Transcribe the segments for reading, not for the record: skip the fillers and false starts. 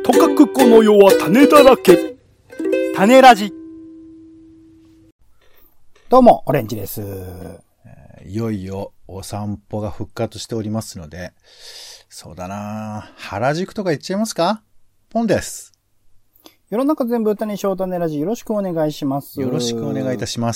とかくこの世は種だらけ。種ラジ。 どうも、オレンジです。 いよいよお散歩が復活しておりますので、そうだな、原宿とか行っちゃいますか？ポンです。 世の中全部歌にしよう種ラジ、よろしくお願いします。 よろしくお願いいたします。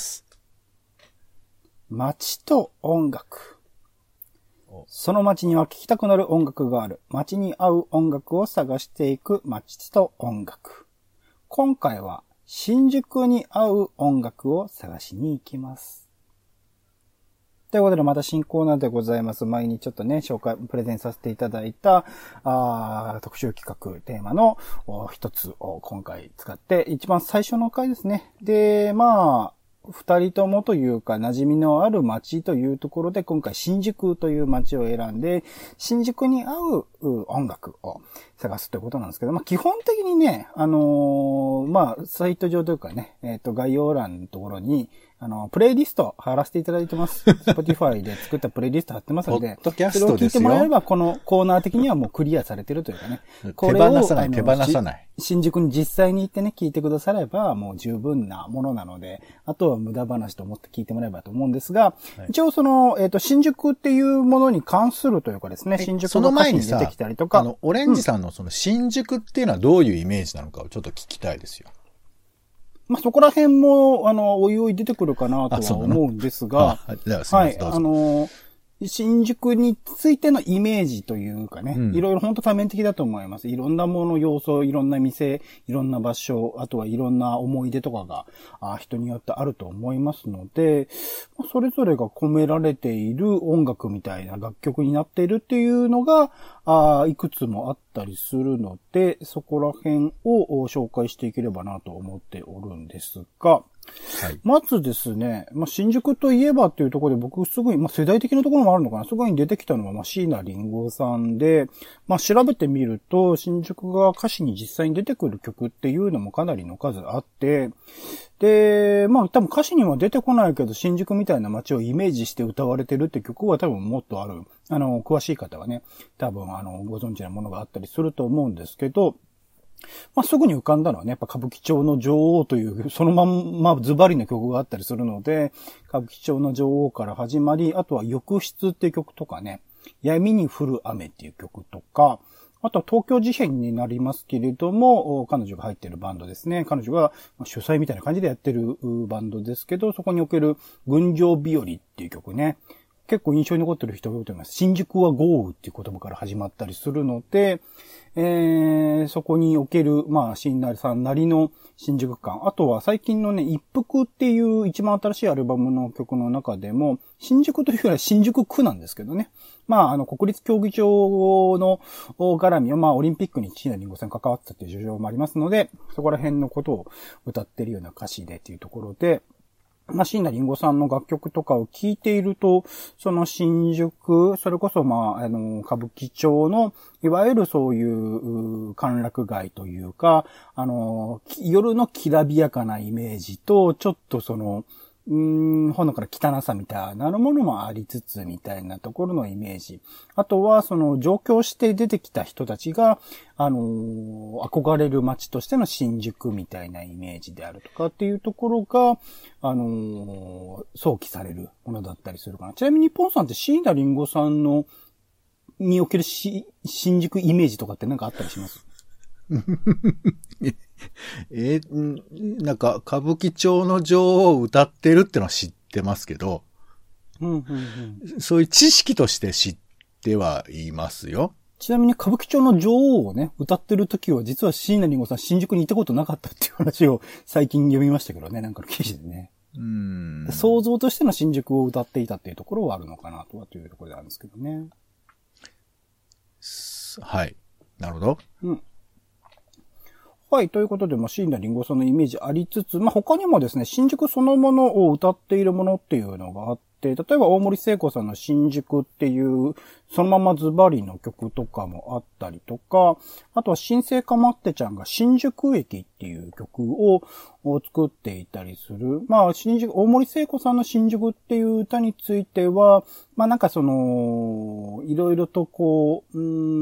街と音楽。その街には聴きたくなる音楽がある。街に合う音楽を探していく街と音楽。今回は新宿に合う音楽を探しに行きます。ということでまた新コーナーでございます。前にちょっとね、プレゼンさせていただいた、特集企画テーマの一つを今回使って、一番最初の回ですね。で、二人ともというか馴染みのある街というところで今回新宿という街を選んで新宿に合う音楽を探すということなんですけど、基本的にね、サイト上というかね、概要欄のところにプレイリスト貼らせていただいてます。Spotify で作ったプレイリスト貼ってますので、 ポッドキャそれをストですよ。 聞いてもらえればこのコーナー的にはもうクリアされてるというかね。 手放さない。 新宿に実際に行ってね、聞いてくださればもう十分なものなので、あとは無駄話と思って聞いてもらえばと思うんですが、はい、一応新宿っていうものに関するというかですね、新宿の歌詞に出てきたりとか。 オレンジさんのその新宿っていうのはどういうイメージなのかをちょっと聞きたいですよ。 そこら辺も、おいおい出てくるかなとは思うんですが、 はい、 新宿についてのイメージというかね、いろいろ本当多面的だと思います。いろんなもの、要素、いろんな店、いろんな場所、あとはいろんな思い出とかが、人によってあると思いますので、それぞれが込められている音楽みたいな楽曲になっているっていうのが、いくつもあったりするので、そこら辺を紹介していければなと思っておるんですが、はい、まずですね、新宿といえばっていうところで僕すごい、世代的なところもあるのかな、すごい出てきたのは、椎名林檎さんで、調べてみると、新宿が歌詞に実際に出てくる曲っていうのもかなりの数あって、で、多分歌詞には出てこないけど、新宿みたいな街をイメージして歌われてるって曲は多分もっとある。詳しい方はね、多分ご存知なものがあったりすると思うんですけど、すぐに浮かんだのはね、やっぱ歌舞伎町の女王という、そのまんまズバリの曲があったりするので、歌舞伎町の女王から始まり、あとは浴室っていう曲とかね、闇に降る雨っていう曲とか、あとは東京事変になりますけれども、彼女が入っているバンドですね。彼女が主催みたいな感じでやってるバンドですけど、そこにおける群青日和っていう曲ね。結構印象に残ってる人が多いと思います。新宿は豪雨っていう言葉から始まったりするので、そこにおける、椎名さんなりの新宿感。あとは最近のね、一服っていう一番新しいアルバムの曲の中でも、新宿というよりは新宿区なんですけどね。国立競技場の絡みを、オリンピックに椎名林檎さん関わってたっていう事情もありますので、そこら辺のことを歌ってるような歌詞でっていうところで、椎名林檎さんの楽曲とかを聴いていると、その新宿、それこそ歌舞伎町の、いわゆるそういう歓楽街というか、夜のきらびやかなイメージと、ちょっとほのから汚さみたいなものもありつつみたいなところのイメージ。あとは上京して出てきた人たちが、憧れる街としての新宿みたいなイメージであるとかっていうところが、想起されるものだったりするかな。ちなみにポンさんって椎名林檎さんのにおける新宿イメージとかって何かあったりします？ なんか歌舞伎町の女王を歌ってるってのは知ってますけど、そういう知識として知ってはいますよ。 ちなみに歌舞伎町の女王をね、歌ってる時は実は椎名林檎さん新宿に行ったことなかったっていう話を最近読みましたけどね、なんかの記事でね。想像としての新宿を歌っていたっていうところはあるのかなとはというところなんですけどね。 はい。なるほど。 はい。ということで、椎名林檎さんのイメージありつつ、他にもですね、新宿そのものを歌っているものっていうのがあって、例えば大森聖子さんの新宿っていう、そのままズバリの曲とかもあったりとか、あとは新生かまってちゃんが新宿駅っていう曲を作っていたりする。大森聖子さんの新宿っていう歌については、いろいろと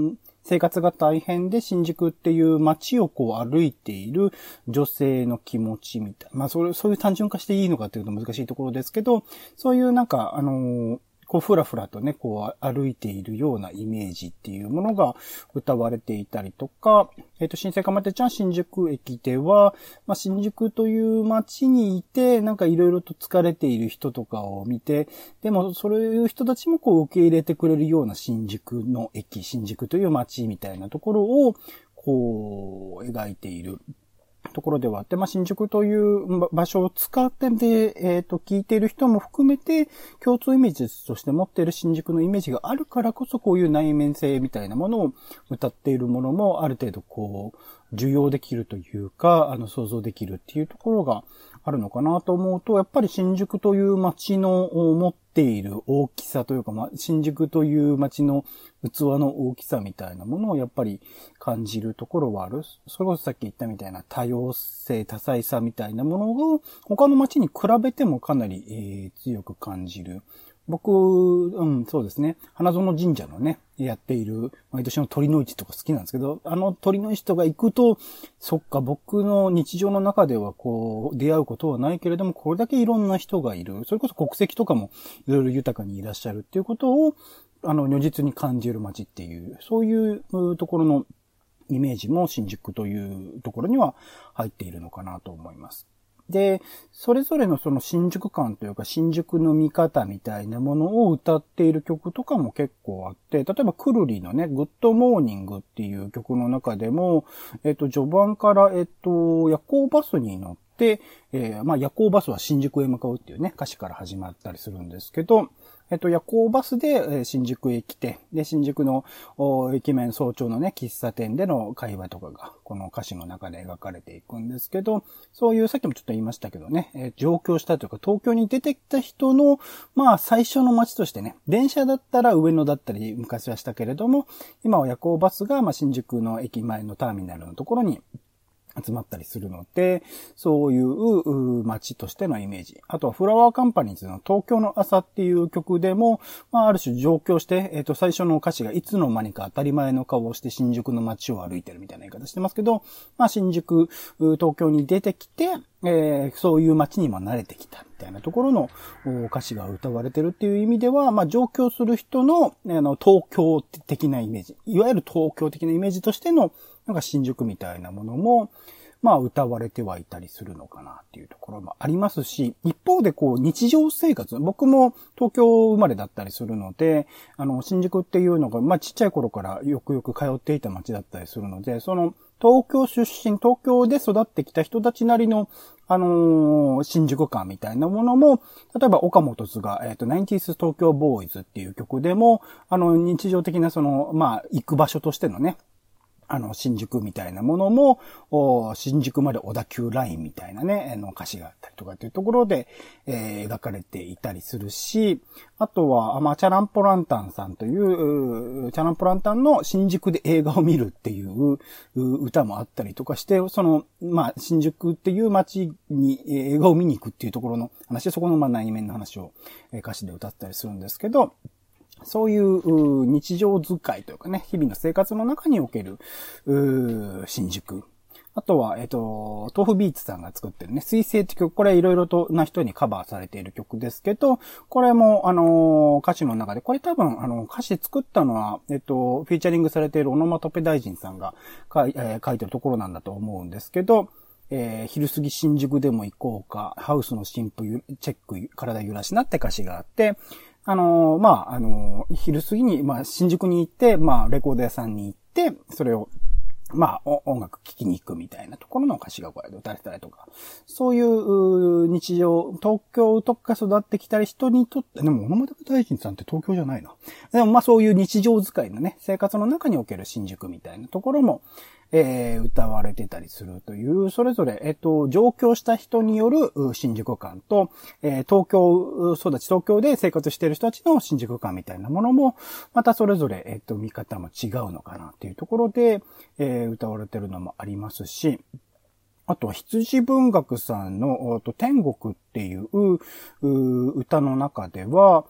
生活が大変で新宿っていう街をこう歩いている女性の気持ちみたいな。まあそういう単純化していいのかっていうと難しいところですけど、そういうなんか、こう、ふらふらとね、こう、歩いているようなイメージっていうものが歌われていたりとか、新生かまてちゃん新宿駅では、まあ、新宿という街にいて、なんかいろいろと疲れている人とかを見て、でも、そういう人たちもこう、受け入れてくれるような新宿の駅、新宿という街みたいなところを、こう、描いているところではあって、まあ、新宿という場所を使ってで、聞いている人も含めて、共通イメージとして持っている新宿のイメージがあるからこそ、こういう内面性みたいなものを歌っているものも、ある程度こう、受容できるというか、想像できるっていうところがあるのかなと思うと、やっぱり新宿という街の持っている大きさというか、まあ、新宿という街の器の大きさみたいなものをやっぱり感じるところはある。それこそさっき言ったみたいな多様性、多彩さみたいなものを他の街に比べてもかなり、強く感じる。僕、そうですね。花園神社のね、やっている、毎年の鳥の市とか好きなんですけど、鳥の市とか行くと、そっか、僕の日常の中ではこう、出会うことはないけれども、これだけいろんな人がいる。それこそ国籍とかもいろいろ豊かにいらっしゃるっていうことを、如実に感じる街っていう、そういうところのイメージも新宿というところには入っているのかなと思います。で、それぞれのその新宿感というか新宿の見方みたいなものを歌っている曲とかも結構あって、例えばくるりのね、グッドモーニングっていう曲の中でも、序盤から、夜行バスに乗って、まあ夜行バスは新宿へ向かうっていうね、歌詞から始まったりするんですけど、夜行バスで新宿へ来て、で、新宿の駅面早朝のね、喫茶店での会話とかが、この歌詞の中で描かれていくんですけど、そういう、さっきもちょっと言いましたけどね、上京したというか、東京に出てきた人の、まあ、最初の街としてね、電車だったら上野だったり、昔はしたけれども、今は夜行バスが、まあ、新宿の駅前のターミナルのところに、集まったりするので、そういう街としてのイメージ。あとはフラワーカンパニーズの東京の朝っていう曲でも、まあある種上京して、最初の歌詞がいつの間にか当たり前の顔をして新宿の街を歩いてるみたいな言い方してますけど、まあ新宿、東京に出てきて、そういう街にも慣れてきたみたいなところの歌詞が歌われてるっていう意味では、まあ上京する人の、東京的なイメージ、いわゆる東京的なイメージとしてのなんか新宿みたいなものも、まあ歌われてはいたりするのかなっていうところもありますし、一方でこう日常生活、僕も東京生まれだったりするので、新宿っていうのが、まあちっちゃい頃からよくよく通っていた街だったりするので、その東京出身、東京で育ってきた人たちなりの、新宿感みたいなものも、例えば岡本津が、90s 東京ボーイズっていう曲でも、日常的なまあ行く場所としてのね、新宿みたいなものも、新宿まで小田急ラインみたいなね、歌詞があったりとかっていうところで、描かれていたりするし、あとは、まあ、チャランポランタンさんという、チャランポランタンの新宿で映画を見るっていう歌もあったりとかして、まあ、新宿っていう街に映画を見に行くっていうところの話で、そこのまあ内面の話を歌詞で歌ったりするんですけど、そういう日常使いというかね、日々の生活の中における新宿。あとは、豆腐ビーツさんが作ってるね、水星って曲、これいろいろとな人にカバーされている曲ですけど、これも歌詞の中で、これ多分歌詞作ったのは、フィーチャリングされているオノマトペ大臣さんが書いてるところなんだと思うんですけど、昼過ぎ新宿でも行こうか、ハウスの新婦チェック体揺らしなって歌詞があって、まあ、昼過ぎに、まあ、新宿に行って、まあ、レコード屋さんに行って、それを、まあ、音楽聴きに行くみたいなところの歌詞がこうやって歌われたりとか、そういう日常、東京とか育ってきた人にとって、でも、小野本大臣さんって東京じゃないな。でも、まあ、そういう日常使いのね、生活の中における新宿みたいなところも、歌われてたりするという、それぞれ、上京した人による新宿感と、東京育ち、東京で生活している人たちの新宿感みたいなものも、またそれぞれ、見方も違うのかなっていうところで、歌われてるのもありますし、あとは羊文学さんの天国っていう歌の中では、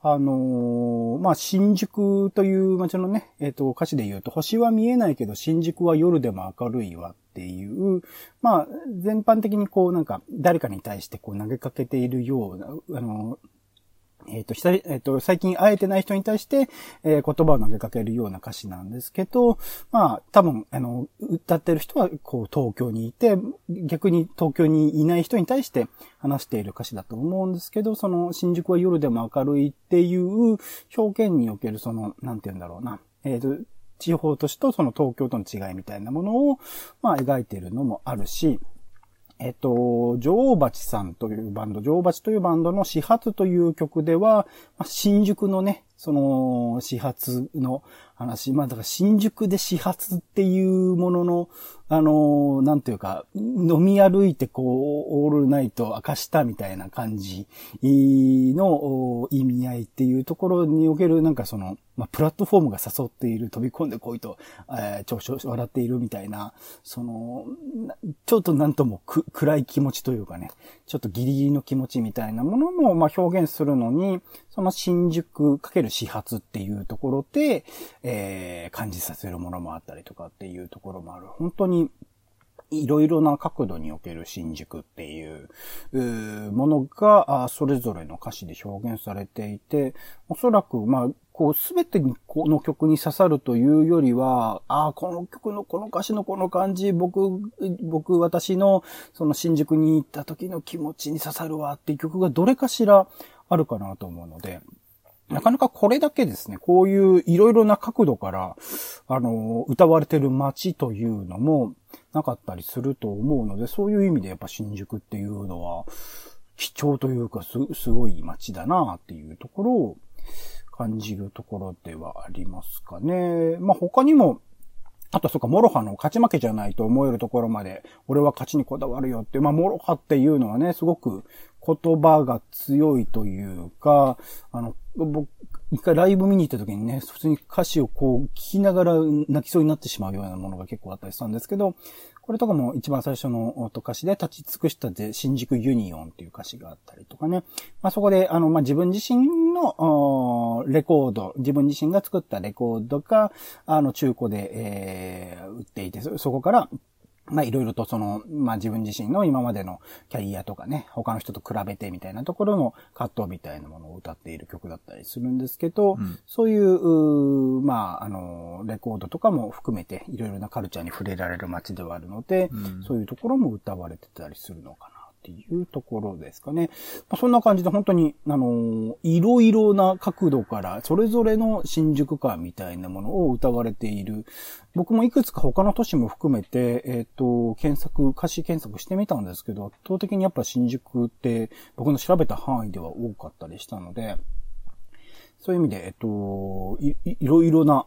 新宿という街のね、歌詞で言うと、星は見えないけど新宿は夜でも明るいわっていう、全般的に誰かに対して投げかけているような、最近会えてない人に対して、言葉を投げかけるような歌詞なんですけど、多分、歌ってる人は、東京にいて、逆に東京にいない人に対して話している歌詞だと思うんですけど、その、新宿は夜でも明るいっていう表現における、なんて言うんだろうな、地方都市とその東京との違いみたいなものを、描いているのもあるし、女王蜂さんというバンド、女王蜂というバンドの始発という曲では、新宿のね、その始発の話、だから新宿で始発っていうものの、なんていうか、飲み歩いてオールナイト明かしたみたいな感じの意味合いっていうところにおける、プラットフォームが誘っている、飛び込んでこいと、笑っているみたいな、ちょっとなんとも暗い気持ちというかね、ちょっとギリギリの気持ちみたいなものも、表現するのに、その新宿×始発っていうところで、感じさせるものもあったりとかっていうところもある。本当に、いろいろな角度における新宿っていうものがそれぞれの歌詞で表現されていて、おそらくすべてにこの曲に刺さるというよりは、この曲のこの歌詞のこの感じ、私のその新宿に行った時の気持ちに刺さるわっていう曲がどれかしらあるかなと思うので、なかなかこれだけですね、こういういろいろな角度から、歌われてる街というのもなかったりすると思うので、そういう意味でやっぱ新宿っていうのは、貴重というかすごい街だなっていうところを感じるところではありますかね。他にも、あとモロハの勝ち負けじゃないと思えるところまで、俺は勝ちにこだわるよって、モロハっていうのはね、すごく言葉が強いというか、僕、一回ライブ見に行った時にね、普通に歌詞を聞きながら泣きそうになってしまうようなものが結構あったりしたんですけど、これとかも一番最初の歌詞で立ち尽くしたで新宿ユニオンっていう歌詞があったりとかね。そこで、自分自身のレコード、自分自身が作ったレコードが、中古で、売っていて、そこから、いろいろと自分自身の今までのキャリアとかね、他の人と比べてみたいなところの葛藤みたいなものを歌っている曲だったりするんですけど、そういう、レコードとかも含めていろいろなカルチャーに触れられる街ではあるので、そういうところも歌われてたりするのかなっていうところですかね。そんな感じで本当に、いろいろな角度からそれぞれの新宿感みたいなものを歌われている。僕もいくつか他の都市も含めて、歌詞検索してみたんですけど、圧倒的にやっぱ新宿って僕の調べた範囲では多かったりしたので、そういう意味で、いろいろな、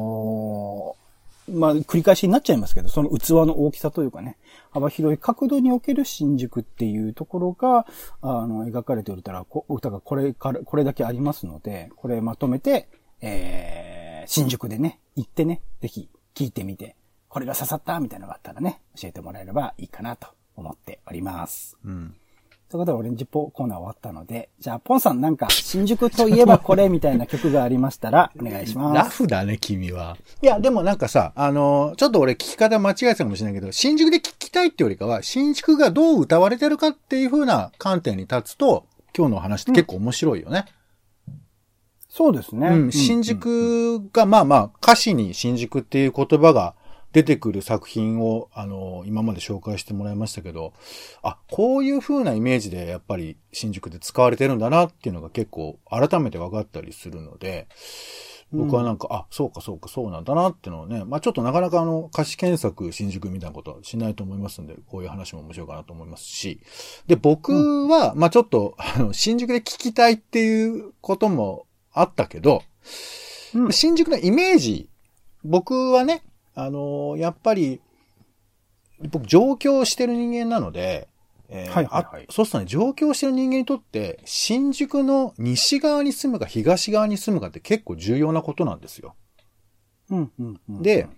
繰り返しになっちゃいますけど、その器の大きさというかね、幅広い角度における新宿っていうところが、描かれている歌がこれだけありますので、これまとめて、新宿でね、行ってね、ぜひ聞いてみて、これが刺さったみたいなのがあったらね、教えてもらえればいいかなと思っております。ということで、オレンジコーナー終わったので、じゃあ、ポンさん新宿といえばこれみたいな曲がありましたら、お願いします。 ラフだね、君は。いや、でもちょっと俺聞き方間違えてたかもしれないけど、新宿で聞きたいってよりかは、新宿がどう歌われてるかっていう風な観点に立つと、今日の話って結構面白いよね。 そうですね。 新宿が、歌詞に新宿っていう言葉が出てくる作品を、今まで紹介してもらいましたけど、こういう風なイメージでやっぱり新宿で使われてるんだなっていうのが結構改めて分かったりするので、僕はそうかそうなんだなっていうのをね、ちょっとなかなか歌詞検索新宿みたいなことはしないと思いますんで、こういう話も面白いかなと思いますし、で、僕は、ちょっと、新宿で聞きたいっていうこともあったけど、新宿のイメージ、僕はね、やっぱり、僕上京してる人間なので、そうするとね、上京してる人間にとって、新宿の西側に住むか東側に住むかって結構重要なことなんですよ。で、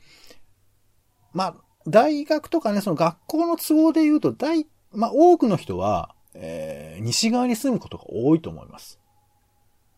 大学とかね、その学校の都合で言うと、多くの人は、西側に住むことが多いと思います。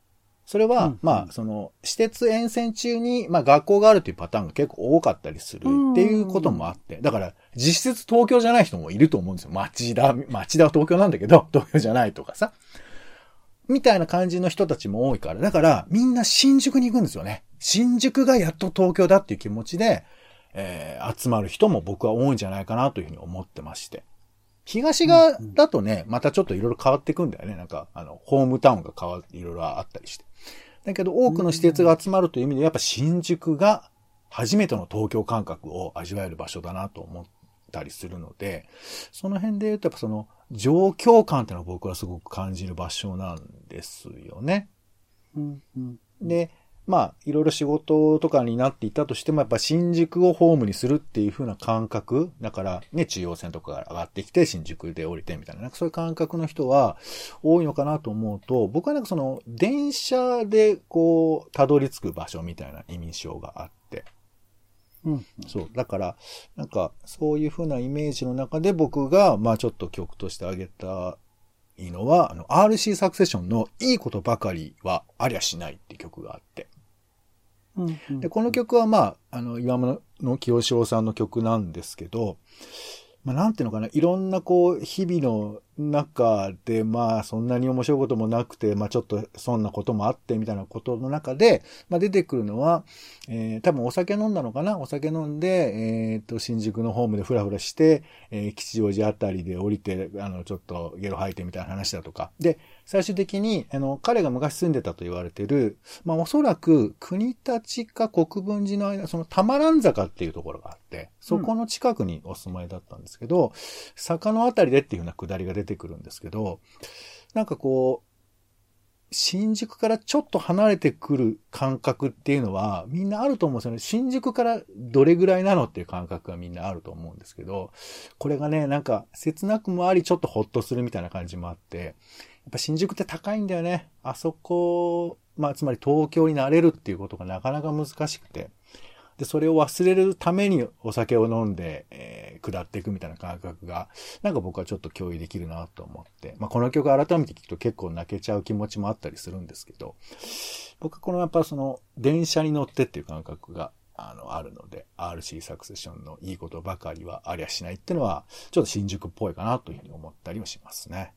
それは、まあ、私鉄沿線中に、まあ、学校があるというパターンが結構多かったりするっていうこともあって、だから、実質東京じゃない人もいると思うんですよ。町田は東京なんだけど、東京じゃないとかさ。みたいな感じの人たちも多いから、だから、みんな新宿に行くんですよね。新宿がやっと東京だっていう気持ちで、集まる人も僕は多いんじゃないかなというふうに思ってまして。東側だとね、またちょっといろいろ変わっていくんだよね。なんか、ホームタウンがいろいろあったりして。だけど、多くの施設が集まるという意味で、やっぱ新宿が初めての東京感覚を味わえる場所だなと思ったりするので、その辺で言うと、やっぱ状況感っていうのは僕はすごく感じる場所なんですよね。で、まあ、いろいろ仕事とかになっていたとしても、やっぱ新宿をホームにするっていう風な感覚、だからね、中央線とかが上がってきて、新宿で降りてみたいな、なんかそういう感覚の人は多いのかなと思うと、僕はなんか電車でこう、たどり着く場所みたいな印象があって。そう。だから、なんか、そういう風なイメージの中で僕が、まあちょっと曲として挙げたいいのは、RC サクセションのいいことばかりはありゃしないっていう曲があって。で、この曲はまあ、岩間の清志郎さんの曲なんですけど、まあなんていうのかな、いろんなこう、日々の中で、まあそんなに面白いこともなくて、まあちょっとそんなこともあってみたいなことの中で、まあ出てくるのは、多分お酒飲んだのかな、お酒飲んで、新宿のホームでフラフラして、吉祥寺あたりで降りて、ちょっとゲロ吐いてみたいな話だとか。で、最終的に、彼が昔住んでたと言われてる、まあおそらく国立か国分寺の間、玉蘭坂っていうところがあって、そこの近くにお住まいだったんですけど、坂のあたりでっていうような下りが出てくるんですけど、なんかこう、新宿からちょっと離れてくる感覚っていうのはみんなあると思うんですよね。新宿からどれぐらいなのっていう感覚がみんなあると思うんですけど、これがね、なんか切なくもありちょっとホッとするみたいな感じもあって、やっぱ新宿って高いんだよね。あそこ、まあつまり東京になれるっていうことがなかなか難しくて、で、それを忘れるためにお酒を飲んで、下っていくみたいな感覚が、なんか僕はちょっと共有できるなと思って。まあ、この曲改めて聴くと結構泣けちゃう気持ちもあったりするんですけど、僕はやっぱ電車に乗ってっていう感覚が、あるので、RC サクセションのいいことばかりはありゃしないっていうのは、ちょっと新宿っぽいかなというふうに思ったりもしますね。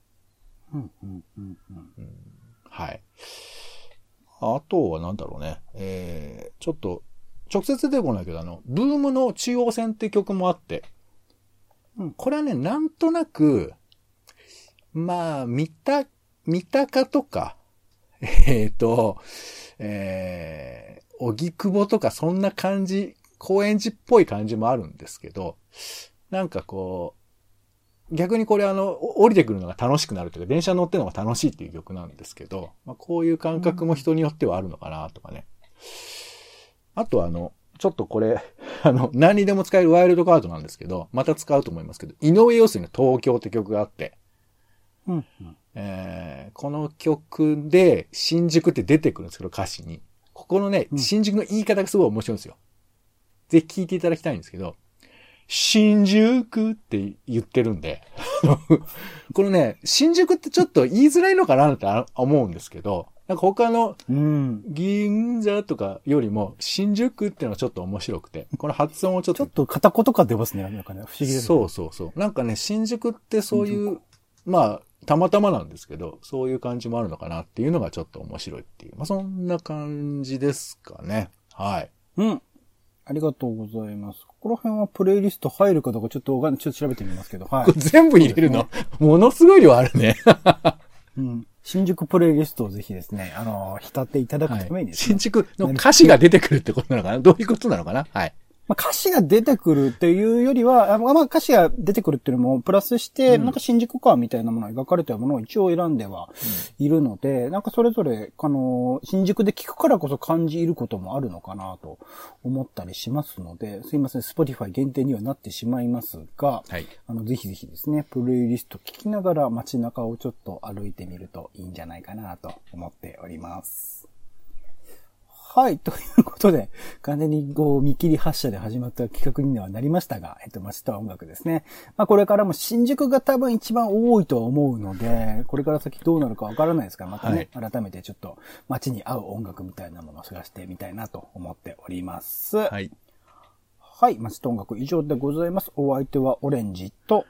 はい。あとはなんだろうね。ちょっと、直接出てこないけど、ブームの中央線って曲もあって、これはね、なんとなく、まあ、三鷹とか、荻窪とかそんな感じ、高円寺っぽい感じもあるんですけど、なんかこう、逆にこれ降りてくるのが楽しくなるというか、電車乗ってるのが楽しいっていう曲なんですけど、まあ、こういう感覚も人によってはあるのかなとかね。あとちょっとこれ、何にでも使えるワイルドカードなんですけど、また使うと思いますけど、井上陽水の東京って曲があって、この曲で新宿って出てくるんですけど、歌詞に。ここのね、新宿の言い方がすごい面白いんですよ。ぜひ聞いていただきたいんですけど、新宿って言ってるんで、このね、新宿ってちょっと言いづらいのかなって思うんですけど、なんか他の、銀座とかよりも、新宿っていうのはちょっと面白くて、この発音をちょっと片言感出ますね。なんかね、不思議ですね。 そう。なんかね、新宿ってそういう、まあ、たまたまなんですけど、そういう感じもあるのかなっていうのがちょっと面白いっていう。まあ、そんな感じですかね。はい。 ありがとうございます。この辺はプレイリスト入るかどうかちょっと調べてみますけど、はい。 これ全部入れるの、ものすごい量あるね。 新宿プレイリストをぜひですね、浸っていただくためにですね。新宿の歌詞が出てくるってことなのかな、どういうことなのかな。はい。 まあ、歌詞が出てくるっていうよりは、まあ、歌詞が出てくるっていうのもプラスして、なんか新宿かみたいなものが描かれたものを一応選んではいるので、なんかそれぞれ、新宿で聞くからこそ感じることもあるのかなと思ったりしますので、すいません、Spotify 限定にはなってしまいますが、 はい。 ぜひぜひですね、プレイリスト聞きながら街中をちょっと歩いてみるといいんじゃないかなと思っております。 はい。ということで、完全に見切り発車で始まった企画にはなりましたが、町とは音楽ですね。これからも新宿が多分一番多いと思うので、これから先どうなるかわからないですから、またね、はい、改めてちょっと街に合う音楽みたいなものを探してみたいなと思っております。 はい。 はい。町と音楽以上でございます。お相手はオレンジと、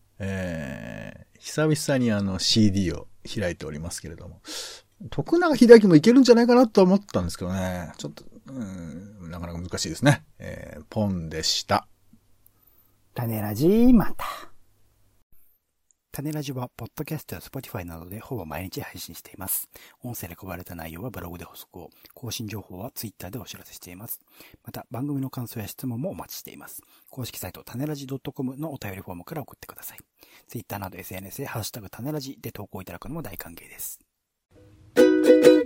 久々にCD を開いておりますけれども、徳永英明もいけるんじゃないかなと思ったんですけどね。ちょっと、なかなか難しいですね。ポンでした。 種ラジまた。種ラジは、ポッドキャストや Spotify などでほぼ毎日配信しています。音声で配られた内容はブログで補足を、更新情報は Twitter でお知らせしています。また、番組の感想や質問もお待ちしています。公式サイト、種ラジ .com のお便りフォームから送ってください。Twitter など SNS でハッシュタグ種ラジで投稿いただくのも大歓迎です。